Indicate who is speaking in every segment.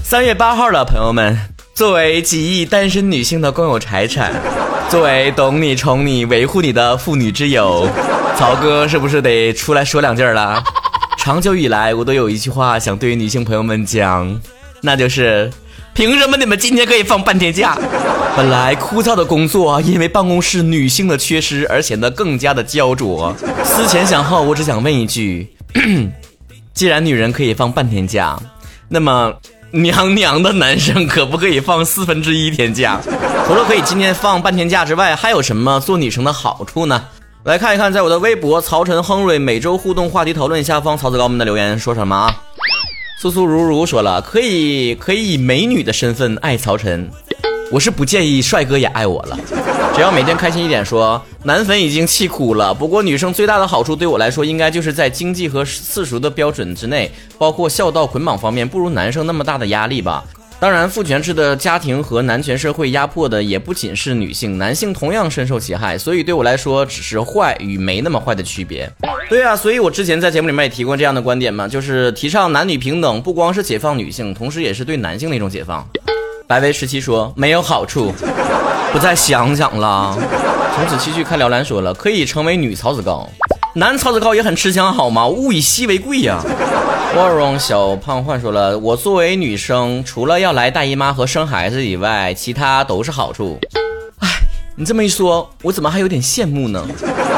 Speaker 1: 3月8号了，朋友们，作为几亿单身女性的共有财产，作为懂你宠你维护你的妇女之友，曹哥是不是得出来说两句了？长久以来我都有一句话想对女性朋友们讲，那就是凭什么你们今天可以放半天假？本来枯燥的工作因为办公室女性的缺失而显得更加的焦灼。思前想后，我只想问一句，既然女人可以放半天假，那么娘的男生可不可以放1/4天假？除了可以今天放半天假之外，还有什么做女生的好处呢？来看一看在我的微博曹晨亨瑞每周互动话题讨论下方曹子高们的留言说什么啊？苏苏如如说了，可以以美女的身份爱曹晨，我是不介意帅哥也爱我了，只要每天开心一点说。男粉已经气哭了，不过女生最大的好处对我来说应该就是在经济和世俗的标准之内，包括孝道捆绑方面不如男生那么大的压力吧。当然父权制的家庭和男权社会压迫的也不仅是女性，男性同样深受其害，所以对我来说只是坏与没那么坏的区别。对啊，所以我之前在节目里面也提过这样的观点嘛，就是提倡男女平等，不光是解放女性，同时也是对男性的一种解放。白薇17说没有好处，不再想想了。从此继续看辽蓝说了，可以成为女曹子高，男曹子高也很吃香好吗？物以稀为贵呀。沃荣小胖焕说了，我作为女生，除了要来大姨妈和生孩子以外，其他都是好处。哎，你这么一说，我怎么还有点羡慕呢？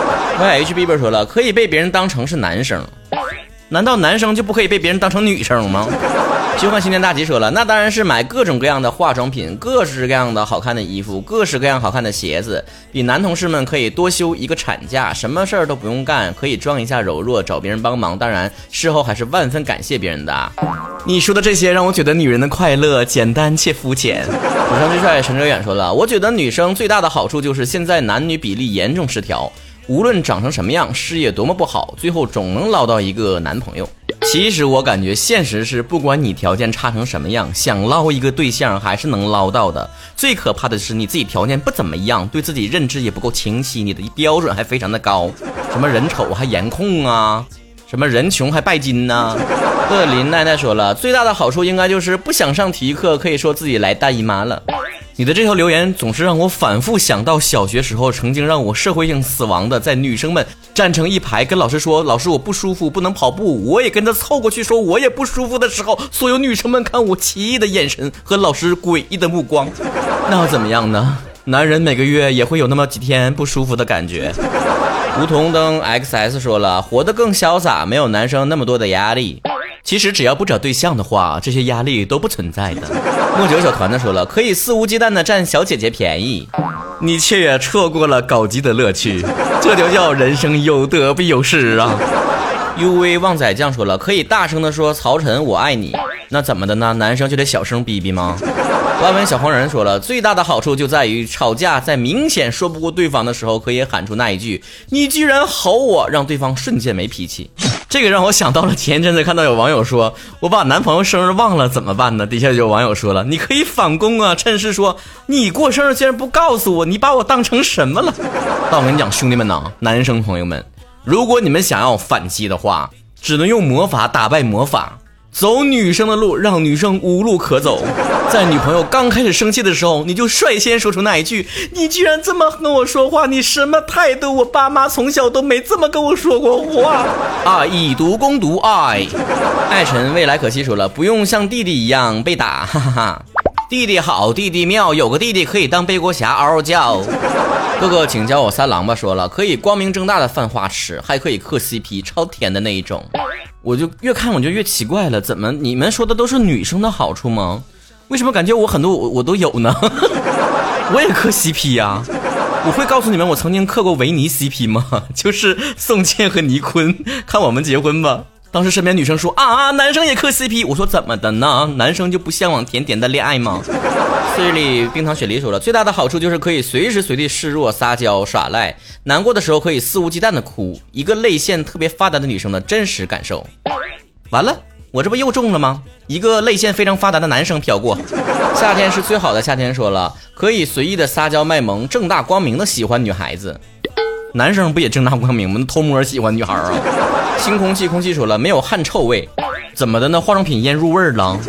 Speaker 1: YH Bieber 说了，可以被别人当成是男生，难道男生就不可以被别人当成女生吗？虚幻新年大吉说了，那当然是买各种各样的化妆品，各式各样的好看的衣服，各式各样好看的鞋子，比男同事们可以多休一个产假，什么事儿都不用干，可以装一下柔弱，找别人帮忙，当然事后还是万分感谢别人的。你说的这些让我觉得女人的快乐简单且肤浅。主上之帅陈哲远说了，我觉得女生最大的好处就是现在男女比例严重失调，无论长成什么样，事业多么不好，最后总能捞到一个男朋友。其实我感觉现实是，不管你条件差成什么样，想捞一个对象还是能捞到的。最可怕的是你自己条件不怎么样，对自己认知也不够清晰，你的标准还非常的高，什么人丑还颜控啊，什么人穷还拜金啊。林奈奈说了，最大的好处应该就是不想上体育课，可以说自己来大姨妈了。你的这条留言总是让我反复想到小学时候曾经让我社会性死亡的，在女生们站成一排跟老师说，老师我不舒服不能跑步，我也跟着凑过去说我也不舒服的时候，所有女生们看我奇异的眼神和老师诡异的目光，那又怎么样呢？男人每个月也会有那么几天不舒服的感觉。梧桐灯 XS 说了，活得更潇洒，没有男生那么多的压力。其实只要不找对象的话，这些压力都不存在的。莫九小团子说了，可以肆无忌惮的占小姐姐便宜，你却也错过了搞基的乐趣，这就叫人生有得必有失啊。UV 旺仔酱说了，可以大声的说曹晨我爱你，那怎么的呢？男生就得小声逼逼吗？万文小黄人说了，最大的好处就在于吵架在明显说不过对方的时候，可以喊出那一句你居然吼我，让对方瞬间没脾气。这个让我想到了前阵子看到有网友说，我把男朋友生日忘了怎么办呢？底下就有网友说了，你可以反攻啊，趁势说你过生日竟然不告诉我，你把我当成什么了？但我跟你讲兄弟们呐，男生朋友们，如果你们想要反击的话，只能用魔法打败魔法，走女生的路，让女生无路可走。在女朋友刚开始生气的时候，你就率先说出那一句你居然这么跟我说话，你什么态度？我爸妈从小都没这么跟我说过话啊！以毒攻毒，爱神未来可惜说了，不用像弟弟一样被打，哈哈哈。弟弟好，弟弟妙，有个弟弟可以当背锅侠，嗷嗷叫。哥哥请叫我三郎吧，说了可以光明正大的犯花痴，还可以磕 CP， 超甜的那一种。我就越看我就越奇怪了，怎么你们说的都是女生的好处吗？为什么感觉我很多我都有呢？我也磕 CP 呀。我会告诉你们我曾经磕过维尼 CP 吗？就是宋茜和倪坤，看我们结婚吧。当时身边女生说啊，男生也磕 CP， 我说怎么的呢？男生就不向往甜甜的恋爱吗？岁里冰糖雪梨说了，最大的好处就是可以随时随地示弱撒娇耍赖，难过的时候可以肆无忌惮的哭，一个泪腺特别发达的女生的真实感受。完了，我这不又中了吗？一个泪腺非常发达的男生飘过。夏天是最好的夏天说了，可以随意的撒娇卖萌，正大光明的喜欢女孩子。男生不也正大光明吗？偷摸喜欢女孩啊。星空气说了，没有汗臭味，怎么的呢？化妆品腌入味了。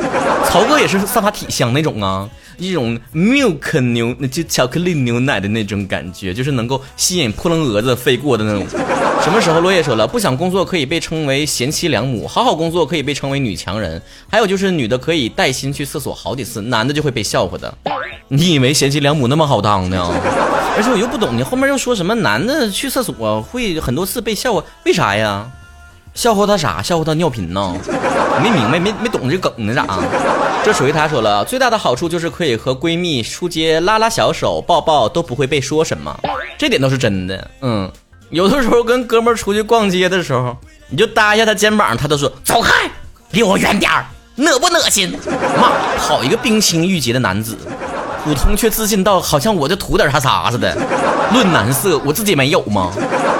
Speaker 1: 曹哥也是散发体香那种啊，一种 milk 牛，就巧克力牛奶的那种感觉，就是能够吸引扑棱蛾子飞过的那种。什么时候落叶说了，不想工作可以被称为贤妻良母，好好工作可以被称为女强人，还有就是女的可以带薪去厕所好几次，男的就会被笑话的。你以为贤妻良母那么好当呢？而且我又不懂，你后面又说什么男的去厕所会很多次被笑话，为啥呀？笑话他啥？笑话他尿频呢？没明白，没懂这梗呢咋？这属于他说了，最大的好处就是可以和闺蜜出街拉拉小手、抱抱都不会被说什么，这点都是真的。有的时候跟哥们儿出去逛街的时候，你就搭一下他肩膀，他都说走开，离我远点儿，恶不恶心？妈，好一个冰清玉洁的男子，普通却自信到好像我就涂点他啥似的。论男色，我自己没有吗？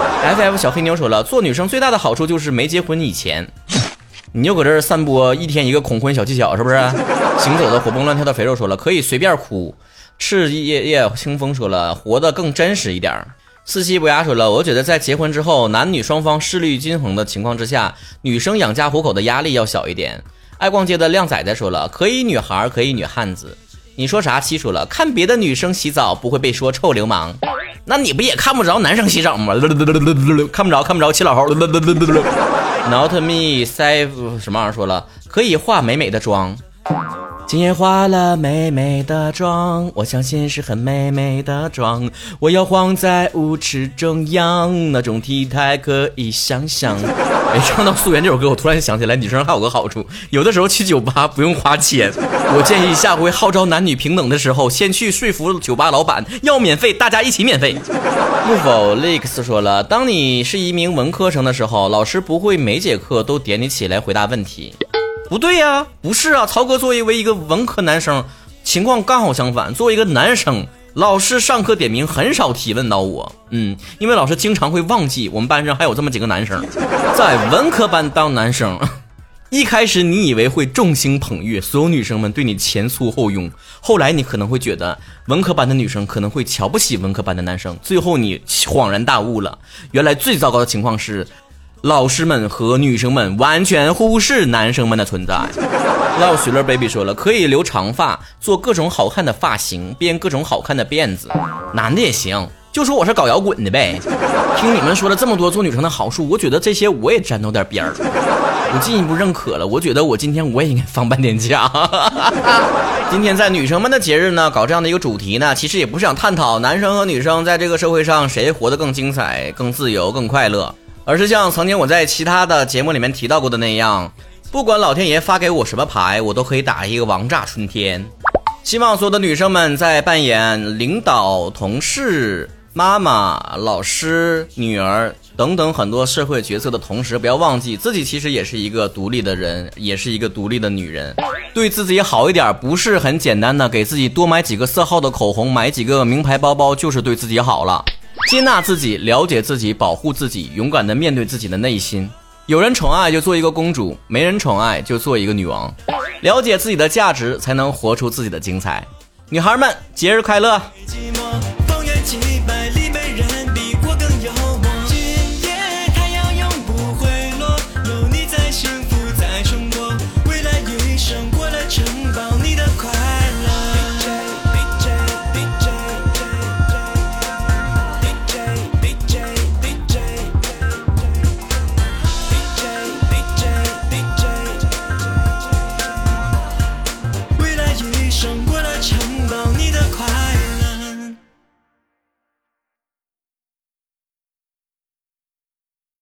Speaker 1: FF 小黑妞说了，做女生最大的好处就是没结婚以前，你就搁这儿散播一天一个恐婚小技巧，是不是？行走的活蹦乱跳的肥肉说了，可以随便哭。赤夜清风说了，活得更真实一点。四七不雅说了，我觉得在结婚之后，男女双方势力均衡的情况之下，女生养家糊口的压力要小一点。爱逛街的靓仔仔说了，可以女孩，可以女汉子。你说啥？七说了，看别的女生洗澡不会被说臭流氓，那你不也看不着男生洗澡吗？看不着，七老猴。Not me save 什么玩意儿说了，可以化美美的妆。今夜化了美美的妆，我相信是很美美的妆。我要晃在舞池中央，那种体态可以想象。唱到素颜这首歌，我突然想起来，女生还有个好处，有的时候去酒吧不用花钱。我建议下回号召男女平等的时候，先去说服酒吧老板要免费，大家一起免费。木否 Lex 说了，当你是一名文科生的时候，老师不会每节课都点你起来回答问题。不对呀，不是啊，曹哥作为一个文科男生，情况刚好相反。作为一个男生，老师上课点名很少提问到我，因为老师经常会忘记我们班上还有这么几个男生。在文科班当男生，一开始你以为会众星捧月，所有女生们对你前簇后拥，后来你可能会觉得文科班的女生可能会瞧不起文科班的男生，最后你恍然大悟了，原来最糟糕的情况是老师们和女生们完全忽视男生们的存在。老许乐 baby 说了，可以留长发，做各种好看的发型，编各种好看的辫子，男的也行，就说我是搞摇滚的呗。听你们说了这么多做女生的好处，我觉得这些我也沾到点边儿，我进一步认可了，我觉得我今天我也应该放半天假。今天在女生们的节日呢，搞这样的一个主题呢，其实也不是想探讨男生和女生在这个社会上谁活得更精彩、更自由、更快乐，而是像曾经我在其他的节目里面提到过的那样，不管老天爷发给我什么牌，我都可以打一个王炸春天。希望所有的女生们在扮演领导、同事、妈妈、老师、女儿等等很多社会角色的同时，不要忘记自己其实也是一个独立的人，也是一个独立的女人。对自己好一点，不是很简单的给自己多买几个色号的口红，买几个名牌包包，就是对自己好了。接纳自己，了解自己，保护自己，勇敢地面对自己的内心。有人宠爱就做一个公主，没人宠爱就做一个女王。了解自己的价值，才能活出自己的精彩。女孩们，节日快乐！